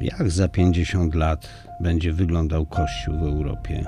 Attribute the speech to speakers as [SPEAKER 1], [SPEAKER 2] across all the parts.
[SPEAKER 1] Jak za 50 lat będzie wyglądał Kościół w Europie?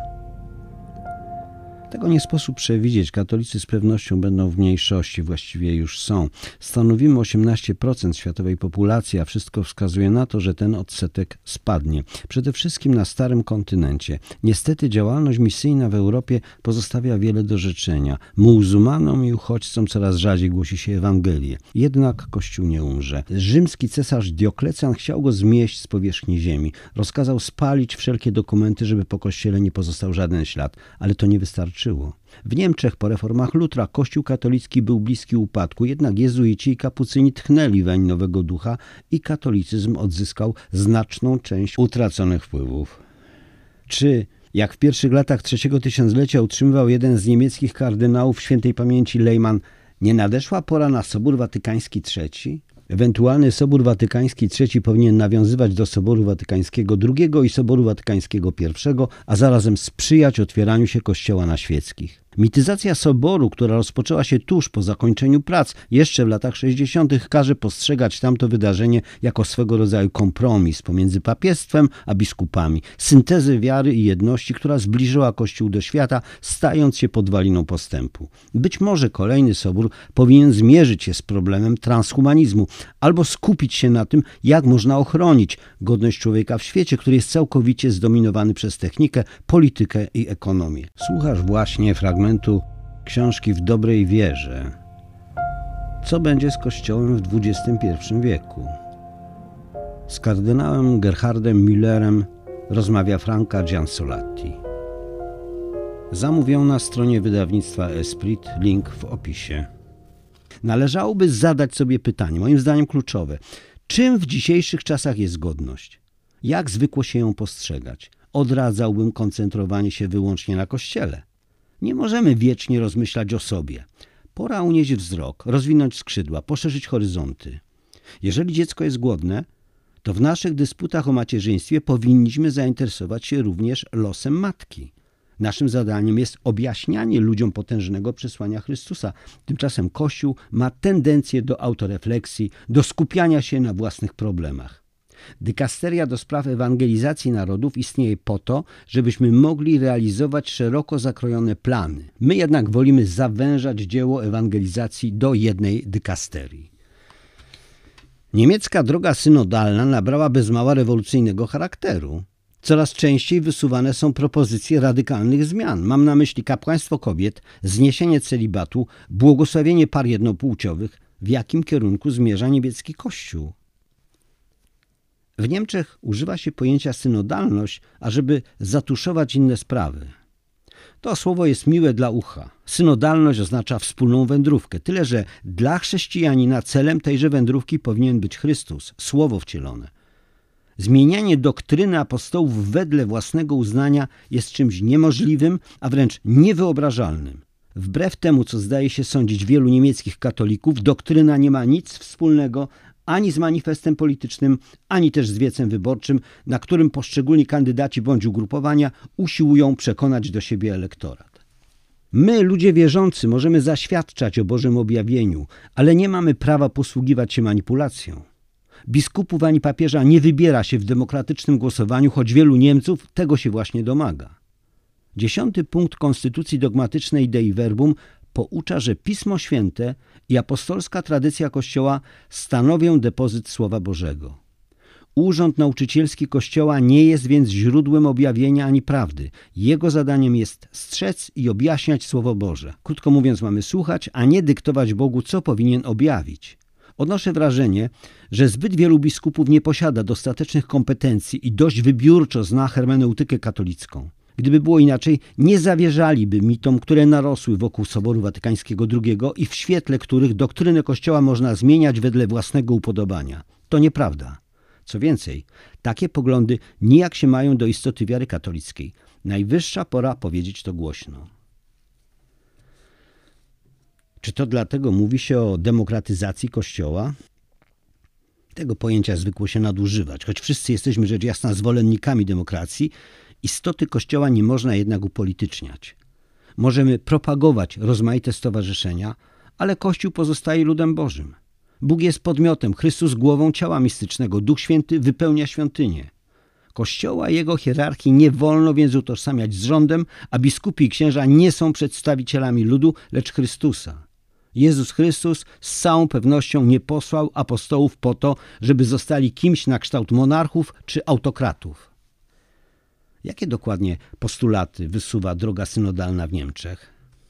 [SPEAKER 1] Tego nie sposób przewidzieć. Katolicy z pewnością będą w mniejszości, właściwie już są. Stanowimy 18% światowej populacji, a wszystko wskazuje na to, że ten odsetek spadnie. Przede wszystkim na starym kontynencie. Niestety działalność misyjna w Europie pozostawia wiele do życzenia. Muzułmanom i uchodźcom coraz rzadziej głosi się Ewangelię. Jednak Kościół nie umrze. Rzymski cesarz Dioklecjan chciał go zmieść z powierzchni ziemi. Rozkazał spalić wszelkie dokumenty, żeby po Kościele nie pozostał żaden ślad. Ale to nie wystarczy. W Niemczech po reformach Lutra Kościół katolicki był bliski upadku, jednak jezuici i kapucyni tchnęli weń nowego ducha i katolicyzm odzyskał znaczną część utraconych wpływów. Czy, jak w pierwszych latach trzeciego tysiąclecia utrzymywał jeden z niemieckich kardynałów świętej pamięci Lehmann, nie nadeszła pora na Sobór Watykański III? Ewentualny Sobór Watykański III powinien nawiązywać do Soboru Watykańskiego II i Soboru Watykańskiego I, a zarazem sprzyjać otwieraniu się kościoła na świeckich. Mityzacja Soboru, która rozpoczęła się tuż po zakończeniu prac, jeszcze w latach 60., każe postrzegać tamto wydarzenie jako swego rodzaju kompromis pomiędzy papiestwem a biskupami, syntezę wiary i jedności, która zbliżyła Kościół do świata, stając się podwaliną postępu. Być może kolejny Sobór powinien zmierzyć się z problemem transhumanizmu albo skupić się na tym, jak można ochronić godność człowieka w świecie, który jest całkowicie zdominowany przez technikę, politykę i ekonomię. Słuchasz właśnie fragmentu książki W dobrej wierze. Co będzie z Kościołem w XXI wieku? Z kardynałem Gerhardem Müllerem rozmawia Franca Giansolatti. Zamówię na stronie wydawnictwa Esprit, link w opisie. Należałoby zadać sobie pytanie, moim zdaniem kluczowe. Czym w dzisiejszych czasach jest godność? Jak zwykło się ją postrzegać? Odradzałbym koncentrowanie się wyłącznie na Kościele. Nie możemy wiecznie rozmyślać o sobie. Pora unieść wzrok, rozwinąć skrzydła, poszerzyć horyzonty. Jeżeli dziecko jest głodne, to w naszych dysputach o macierzyństwie powinniśmy zainteresować się również losem matki. Naszym zadaniem jest objaśnianie ludziom potężnego przesłania Chrystusa. Tymczasem Kościół ma tendencję do autorefleksji, do skupiania się na własnych problemach. Dykasteria do spraw ewangelizacji narodów istnieje po to, żebyśmy mogli realizować szeroko zakrojone plany. My jednak wolimy zawężać dzieło ewangelizacji do jednej dykasterii. Niemiecka droga synodalna nabrała bez mała rewolucyjnego charakteru. Coraz częściej wysuwane są propozycje radykalnych zmian. Mam na myśli kapłaństwo kobiet, zniesienie celibatu, błogosławienie par jednopłciowych. W jakim kierunku zmierza niemiecki Kościół? W Niemczech używa się pojęcia synodalność, ażeby zatuszować inne sprawy. To słowo jest miłe dla ucha. Synodalność oznacza wspólną wędrówkę, tyle że dla chrześcijanina celem tejże wędrówki powinien być Chrystus, Słowo wcielone. Zmienianie doktryny apostołów wedle własnego uznania jest czymś niemożliwym, a wręcz niewyobrażalnym. Wbrew temu, co zdaje się sądzić wielu niemieckich katolików, doktryna nie ma nic wspólnego ani z manifestem politycznym, ani też z wiecem wyborczym, na którym poszczególni kandydaci bądź ugrupowania usiłują przekonać do siebie elektorat. My, ludzie wierzący, możemy zaświadczać o Bożym objawieniu, ale nie mamy prawa posługiwać się manipulacją. Biskupów ani papieża nie wybiera się w demokratycznym głosowaniu, choć wielu Niemców tego się właśnie domaga. 10. punkt Konstytucji dogmatycznej Dei Verbum poucza, że Pismo Święte i apostolska tradycja Kościoła stanowią depozyt Słowa Bożego. Urząd nauczycielski Kościoła nie jest więc źródłem objawienia ani prawdy. Jego zadaniem jest strzec i objaśniać Słowo Boże. Krótko mówiąc, mamy słuchać, a nie dyktować Bogu, co powinien objawić. Odnoszę wrażenie, że zbyt wielu biskupów nie posiada dostatecznych kompetencji i dość wybiórczo zna hermeneutykę katolicką. Gdyby było inaczej, nie zawierzaliby mitom, które narosły wokół Soboru Watykańskiego II i w świetle których doktrynę Kościoła można zmieniać wedle własnego upodobania. To nieprawda. Co więcej, takie poglądy nijak się mają do istoty wiary katolickiej. Najwyższa pora powiedzieć to głośno. Czy to dlatego mówi się o demokratyzacji Kościoła? Tego pojęcia zwykło się nadużywać. Choć wszyscy jesteśmy rzecz jasna zwolennikami demokracji, istoty Kościoła nie można jednak upolityczniać. Możemy propagować rozmaite stowarzyszenia, ale Kościół pozostaje ludem Bożym. Bóg jest podmiotem, Chrystus głową ciała mistycznego, Duch Święty wypełnia świątynię. Kościoła i jego hierarchii nie wolno więc utożsamiać z rządem, a biskupi i księża nie są przedstawicielami ludu, lecz Chrystusa. Jezus Chrystus z całą pewnością nie posłał apostołów po to, żeby zostali kimś na kształt monarchów czy autokratów. Jakie dokładnie postulaty wysuwa droga synodalna w Niemczech?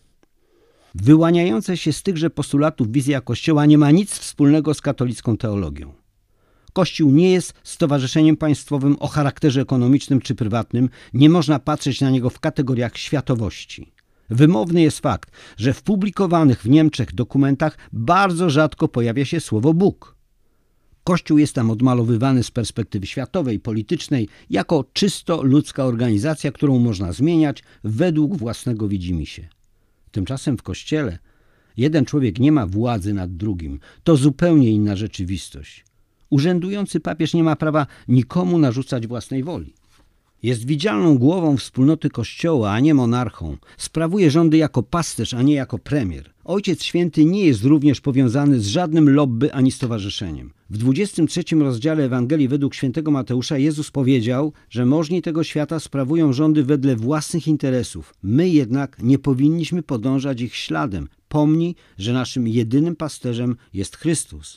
[SPEAKER 1] Wyłaniające się z tychże postulatów wizja Kościoła nie ma nic wspólnego z katolicką teologią. Kościół nie jest stowarzyszeniem państwowym o charakterze ekonomicznym czy prywatnym, nie można patrzeć na niego w kategoriach światowości. Wymowny jest fakt, że w publikowanych w Niemczech dokumentach bardzo rzadko pojawia się słowo Bóg. Kościół jest tam odmalowywany z perspektywy światowej, politycznej, jako czysto ludzka organizacja, którą można zmieniać według własnego widzimisię. Tymczasem w Kościele jeden człowiek nie ma władzy nad drugim. To zupełnie inna rzeczywistość. Urzędujący papież nie ma prawa nikomu narzucać własnej woli. Jest widzialną głową wspólnoty Kościoła, a nie monarchą. Sprawuje rządy jako pasterz, a nie jako premier. Ojciec Święty nie jest również powiązany z żadnym lobby ani stowarzyszeniem. W 23 rozdziale Ewangelii według świętego Mateusza Jezus powiedział, że możni tego świata sprawują rządy wedle własnych interesów. My jednak nie powinniśmy podążać ich śladem. Pomnij, że naszym jedynym pasterzem jest Chrystus.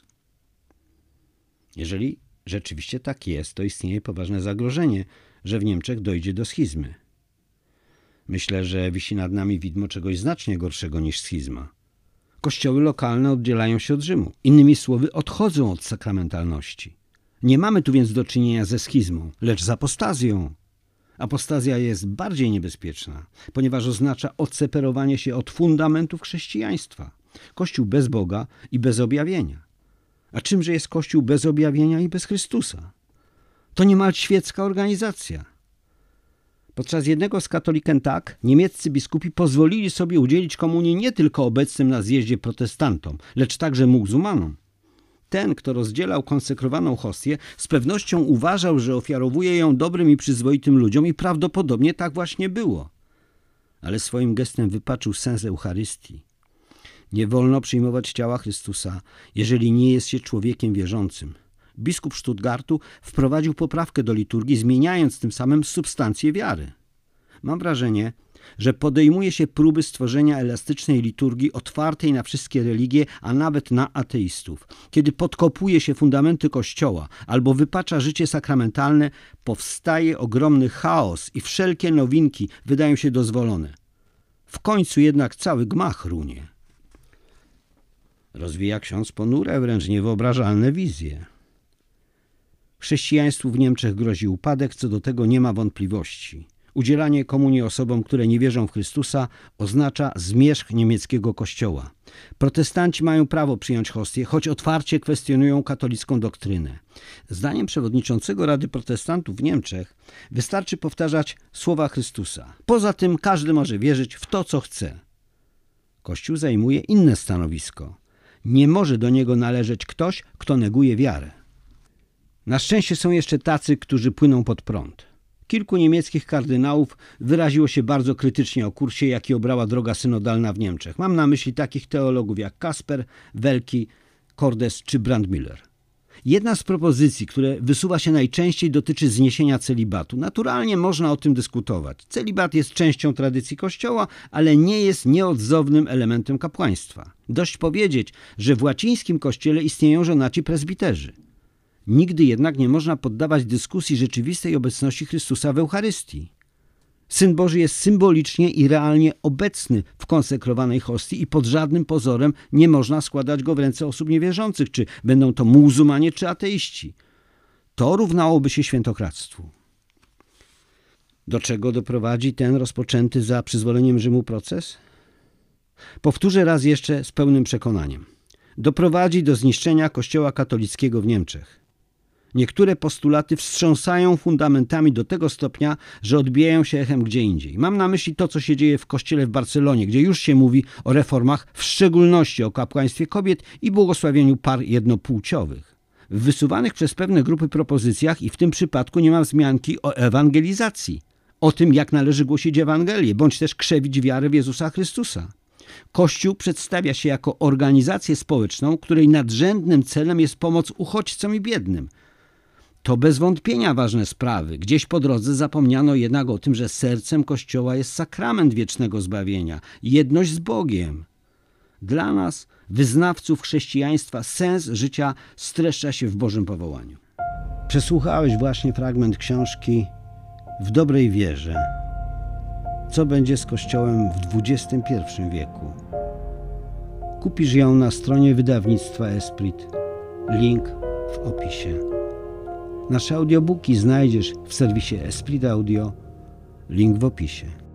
[SPEAKER 1] Jeżeli rzeczywiście tak jest, to istnieje poważne zagrożenie, że w Niemczech dojdzie do schizmy. Myślę, że wisi nad nami widmo czegoś znacznie gorszego niż schizma. Kościoły lokalne oddzielają się od Rzymu. Innymi słowy, odchodzą od sakramentalności. Nie mamy tu więc do czynienia ze schizmą, lecz z apostazją. Apostazja jest bardziej niebezpieczna, ponieważ oznacza odseparowanie się od fundamentów chrześcijaństwa. Kościół bez Boga i bez objawienia. A czymże jest Kościół bez objawienia i bez Chrystusa? To niemal świecka organizacja. Podczas jednego z katolikentak niemieccy biskupi pozwolili sobie udzielić komunii nie tylko obecnym na zjeździe protestantom, lecz także muzułmanom. Ten, kto rozdzielał konsekrowaną hostię, z pewnością uważał, że ofiarowuje ją dobrym i przyzwoitym ludziom i prawdopodobnie tak właśnie było. Ale swoim gestem wypaczył sens Eucharystii. Nie wolno przyjmować ciała Chrystusa, jeżeli nie jest się człowiekiem wierzącym. Biskup Stuttgartu wprowadził poprawkę do liturgii, zmieniając tym samym substancję wiary. Mam wrażenie, że podejmuje się próby stworzenia elastycznej liturgii otwartej na wszystkie religie, a nawet na ateistów. Kiedy podkopuje się fundamenty Kościoła albo wypacza życie sakramentalne, powstaje ogromny chaos i wszelkie nowinki wydają się dozwolone. W końcu jednak cały gmach runie. Rozwija ksiądz ponure, wręcz niewyobrażalne wizje. Chrześcijaństwu w Niemczech grozi upadek, co do tego nie ma wątpliwości. Udzielanie komunii osobom, które nie wierzą w Chrystusa, oznacza zmierzch niemieckiego kościoła. Protestanci mają prawo przyjąć hostię, choć otwarcie kwestionują katolicką doktrynę. Zdaniem przewodniczącego Rady Protestantów w Niemczech wystarczy powtarzać słowa Chrystusa. Poza tym każdy może wierzyć w to, co chce. Kościół zajmuje inne stanowisko. Nie może do niego należeć ktoś, kto neguje wiarę. Na szczęście są jeszcze tacy, którzy płyną pod prąd. Kilku niemieckich kardynałów wyraziło się bardzo krytycznie o kursie, jaki obrała droga synodalna w Niemczech. Mam na myśli takich teologów jak Kasper, Welki, Cordes czy Brandmüller. Jedna z propozycji, które wysuwa się najczęściej, dotyczy zniesienia celibatu. Naturalnie można o tym dyskutować. Celibat jest częścią tradycji Kościoła, ale nie jest nieodzownym elementem kapłaństwa. Dość powiedzieć, że w łacińskim kościele istnieją żonaci prezbiterzy. Nigdy jednak nie można poddawać dyskusji rzeczywistej obecności Chrystusa w Eucharystii. Syn Boży jest symbolicznie i realnie obecny w konsekrowanej hostii i pod żadnym pozorem nie można składać go w ręce osób niewierzących, czy będą to muzułmanie czy ateiści. To równałoby się świętokradztwu. Do czego doprowadzi ten rozpoczęty za przyzwoleniem Rzymu proces? Powtórzę raz jeszcze z pełnym przekonaniem. Doprowadzi do zniszczenia Kościoła katolickiego w Niemczech. Niektóre postulaty wstrząsają fundamentami do tego stopnia, że odbijają się echem gdzie indziej. Mam na myśli to, co się dzieje w kościele w Barcelonie, gdzie już się mówi o reformach, w szczególności o kapłaństwie kobiet i błogosławieniu par jednopłciowych. W wysuwanych przez pewne grupy propozycjach i w tym przypadku nie ma wzmianki o ewangelizacji, o tym, jak należy głosić Ewangelię, bądź też krzewić wiarę w Jezusa Chrystusa. Kościół przedstawia się jako organizację społeczną, której nadrzędnym celem jest pomoc uchodźcom i biednym. To bez wątpienia ważne sprawy. Gdzieś po drodze zapomniano jednak o tym, że sercem Kościoła jest sakrament wiecznego zbawienia, jedność z Bogiem. Dla nas, wyznawców chrześcijaństwa, sens życia streszcza się w Bożym powołaniu. Przesłuchałeś właśnie fragment książki W dobrej wierze. Co będzie z Kościołem w XXI wieku? Kupisz ją na stronie wydawnictwa Esprit. Link w opisie. Nasze audiobooki znajdziesz w serwisie Esprit Audio. Link w opisie.